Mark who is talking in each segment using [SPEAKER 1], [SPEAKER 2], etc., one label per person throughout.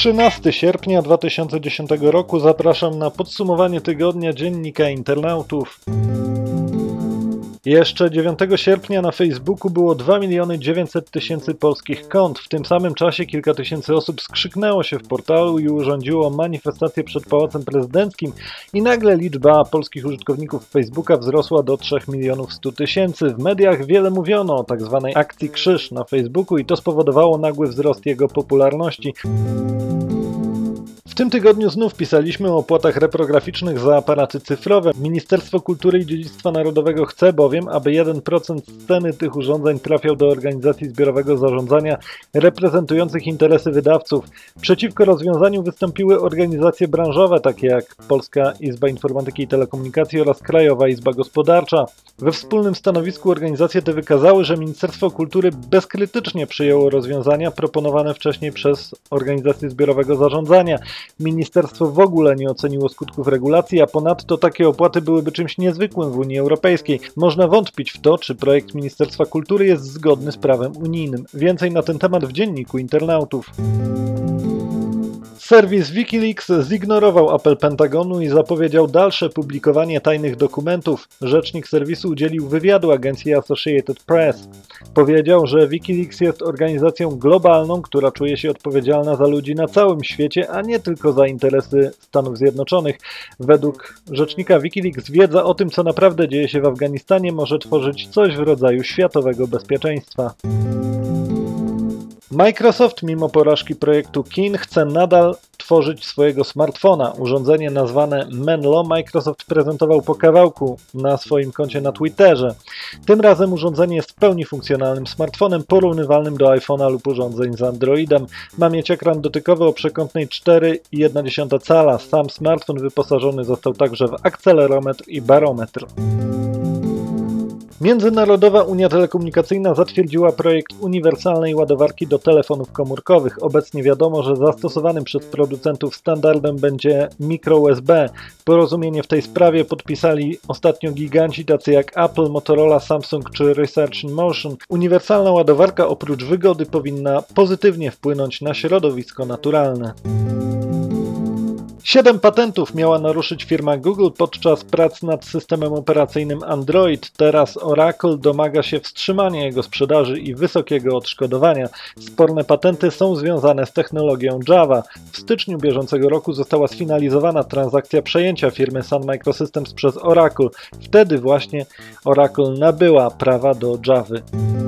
[SPEAKER 1] 13 sierpnia 2010 roku zapraszam na podsumowanie tygodnia Dziennika Internautów. Jeszcze 9 sierpnia na Facebooku było 2 900 000 polskich kont. W tym samym czasie kilka tysięcy osób skrzyknęło się w portalu i urządziło manifestację przed Pałacem Prezydenckim i nagle liczba polskich użytkowników Facebooka wzrosła do 3 100 000. W mediach wiele mówiono o tzw. akcji Krzyż na Facebooku i to spowodowało nagły wzrost jego popularności. W tym tygodniu znów pisaliśmy o opłatach reprograficznych za aparaty cyfrowe. Ministerstwo Kultury i Dziedzictwa Narodowego chce bowiem, aby 1% ceny tych urządzeń trafiał do organizacji zbiorowego zarządzania reprezentujących interesy wydawców. Przeciwko rozwiązaniu wystąpiły organizacje branżowe, takie jak Polska Izba Informatyki i Telekomunikacji oraz Krajowa Izba Gospodarcza. We wspólnym stanowisku organizacje te wykazały, że Ministerstwo Kultury bezkrytycznie przyjęło rozwiązania proponowane wcześniej przez organizacje zbiorowego zarządzania. Ministerstwo w ogóle nie oceniło skutków regulacji, a ponadto takie opłaty byłyby czymś niezwykłym w Unii Europejskiej. Można wątpić w to, czy projekt Ministerstwa Kultury jest zgodny z prawem unijnym. Więcej na ten temat w Dzienniku Internautów. Serwis Wikileaks zignorował apel Pentagonu i zapowiedział dalsze publikowanie tajnych dokumentów. Rzecznik serwisu udzielił wywiadu agencji Associated Press. Powiedział, że Wikileaks jest organizacją globalną, która czuje się odpowiedzialna za ludzi na całym świecie, a nie tylko za interesy Stanów Zjednoczonych. Według rzecznika Wikileaks wiedza o tym, co naprawdę dzieje się w Afganistanie, może tworzyć coś w rodzaju światowego bezpieczeństwa. Microsoft, mimo porażki projektu Kin, chce nadal tworzyć swojego smartfona. Urządzenie nazwane Menlo Microsoft prezentował po kawałku na swoim koncie na Twitterze. Tym razem urządzenie jest w pełni funkcjonalnym smartfonem porównywalnym do iPhone'a lub urządzeń z Androidem. Ma mieć ekran dotykowy o przekątnej 4,1 cala. Sam smartfon wyposażony został także w akcelerometr i barometr. Międzynarodowa Unia Telekomunikacyjna zatwierdziła projekt uniwersalnej ładowarki do telefonów komórkowych. Obecnie wiadomo, że zastosowanym przez producentów standardem będzie microUSB. Porozumienie w tej sprawie podpisali ostatnio giganci tacy jak Apple, Motorola, Samsung czy Research in Motion. Uniwersalna ładowarka oprócz wygody powinna pozytywnie wpłynąć na środowisko naturalne. 7 patentów miała naruszyć firma Google podczas prac nad systemem operacyjnym Android. Teraz Oracle domaga się wstrzymania jego sprzedaży i wysokiego odszkodowania. Sporne patenty są związane z technologią Java. W styczniu bieżącego roku została sfinalizowana transakcja przejęcia firmy Sun Microsystems przez Oracle. Wtedy właśnie Oracle nabyła prawa do Javy.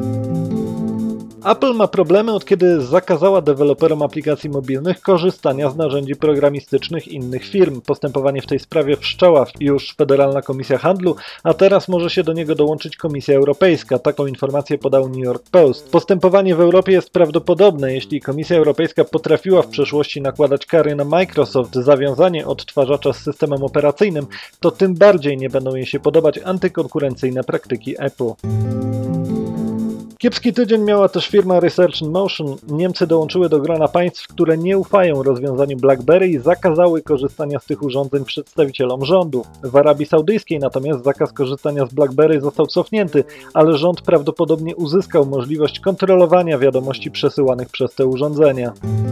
[SPEAKER 1] Apple ma problemy od kiedy zakazała deweloperom aplikacji mobilnych korzystania z narzędzi programistycznych innych firm. Postępowanie w tej sprawie wszczęła już Federalna Komisja Handlu, a teraz może się do niego dołączyć Komisja Europejska. Taką informację podał New York Post. Postępowanie w Europie jest prawdopodobne. Jeśli Komisja Europejska potrafiła w przeszłości nakładać kary na Microsoft za wiązanie odtwarzacza z systemem operacyjnym, to tym bardziej nie będą jej się podobać antykonkurencyjne praktyki Apple. Kiepski tydzień miała też firma Research in Motion. Niemcy dołączyły do grona państw, które nie ufają rozwiązaniu BlackBerry i zakazały korzystania z tych urządzeń przedstawicielom rządu. W Arabii Saudyjskiej natomiast zakaz korzystania z BlackBerry został cofnięty, ale rząd prawdopodobnie uzyskał możliwość kontrolowania wiadomości przesyłanych przez te urządzenia.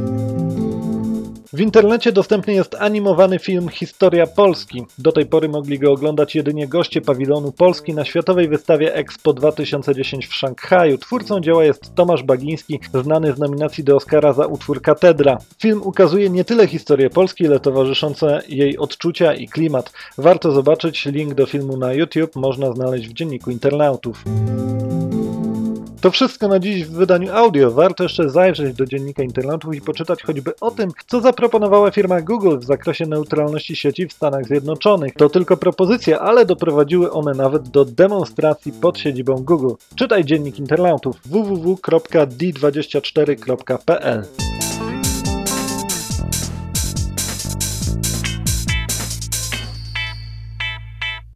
[SPEAKER 1] W internecie dostępny jest animowany film Historia Polski. Do tej pory mogli go oglądać jedynie goście pawilonu Polski na Światowej Wystawie Expo 2010 w Szanghaju. Twórcą dzieła jest Tomasz Bagiński, znany z nominacji do Oscara za utwór Katedra. Film ukazuje nie tyle historię Polski, ile towarzyszące jej odczucia i klimat. Warto zobaczyć, link do filmu na YouTube można znaleźć w Dzienniku Internautów. To wszystko na dziś w wydaniu audio. Warto jeszcze zajrzeć do Dziennika Internautów i poczytać choćby o tym, co zaproponowała firma Google w zakresie neutralności sieci w Stanach Zjednoczonych. To tylko propozycje, ale doprowadziły one nawet do demonstracji pod siedzibą Google. Czytaj Dziennik Internautów www.d24.pl